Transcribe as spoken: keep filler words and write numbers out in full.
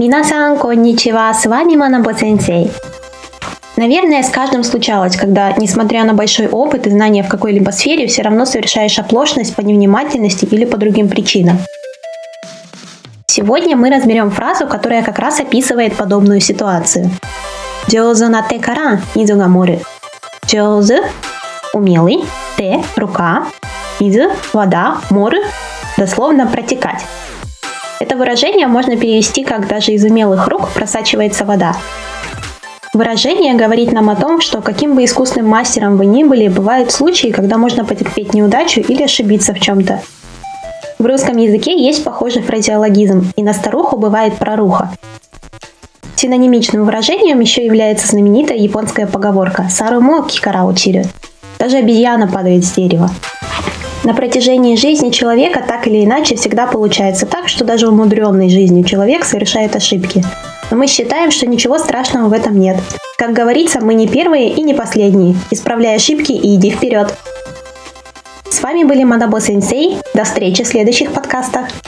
Минасан, конничева, с вами Манабо Сенсей. Наверное, с каждым случалось, когда, несмотря на большой опыт и знания в какой-либо сфере, все равно совершаешь оплошность по невнимательности или по другим причинам. Сегодня мы разберем фразу, которая как раз описывает подобную ситуацию. Джоузу на те кара изу га мору. Джоузу – умелый, те – рука, изу – вода, мору – дословно протекать. Это выражение можно перевести как «даже из умелых рук просачивается вода». Выражение говорит нам о том, что каким бы искусным мастером вы ни были, бывают случаи, когда можно потерпеть неудачу или ошибиться в чем-то. В русском языке есть похожий фразеологизм «и на старуху бывает проруха». Синонимичным выражением еще является знаменитая японская поговорка «сарумо кикара учирю» – даже обезьяна падает с дерева. На протяжении жизни человека так или иначе всегда получается так, что даже умудренный жизнью человек совершает ошибки. Но мы считаем, что ничего страшного в этом нет. Как говорится, мы не первые и не последние. Исправляй ошибки и иди вперед. С вами были Манабо Сенсей. До встречи в следующих подкастах.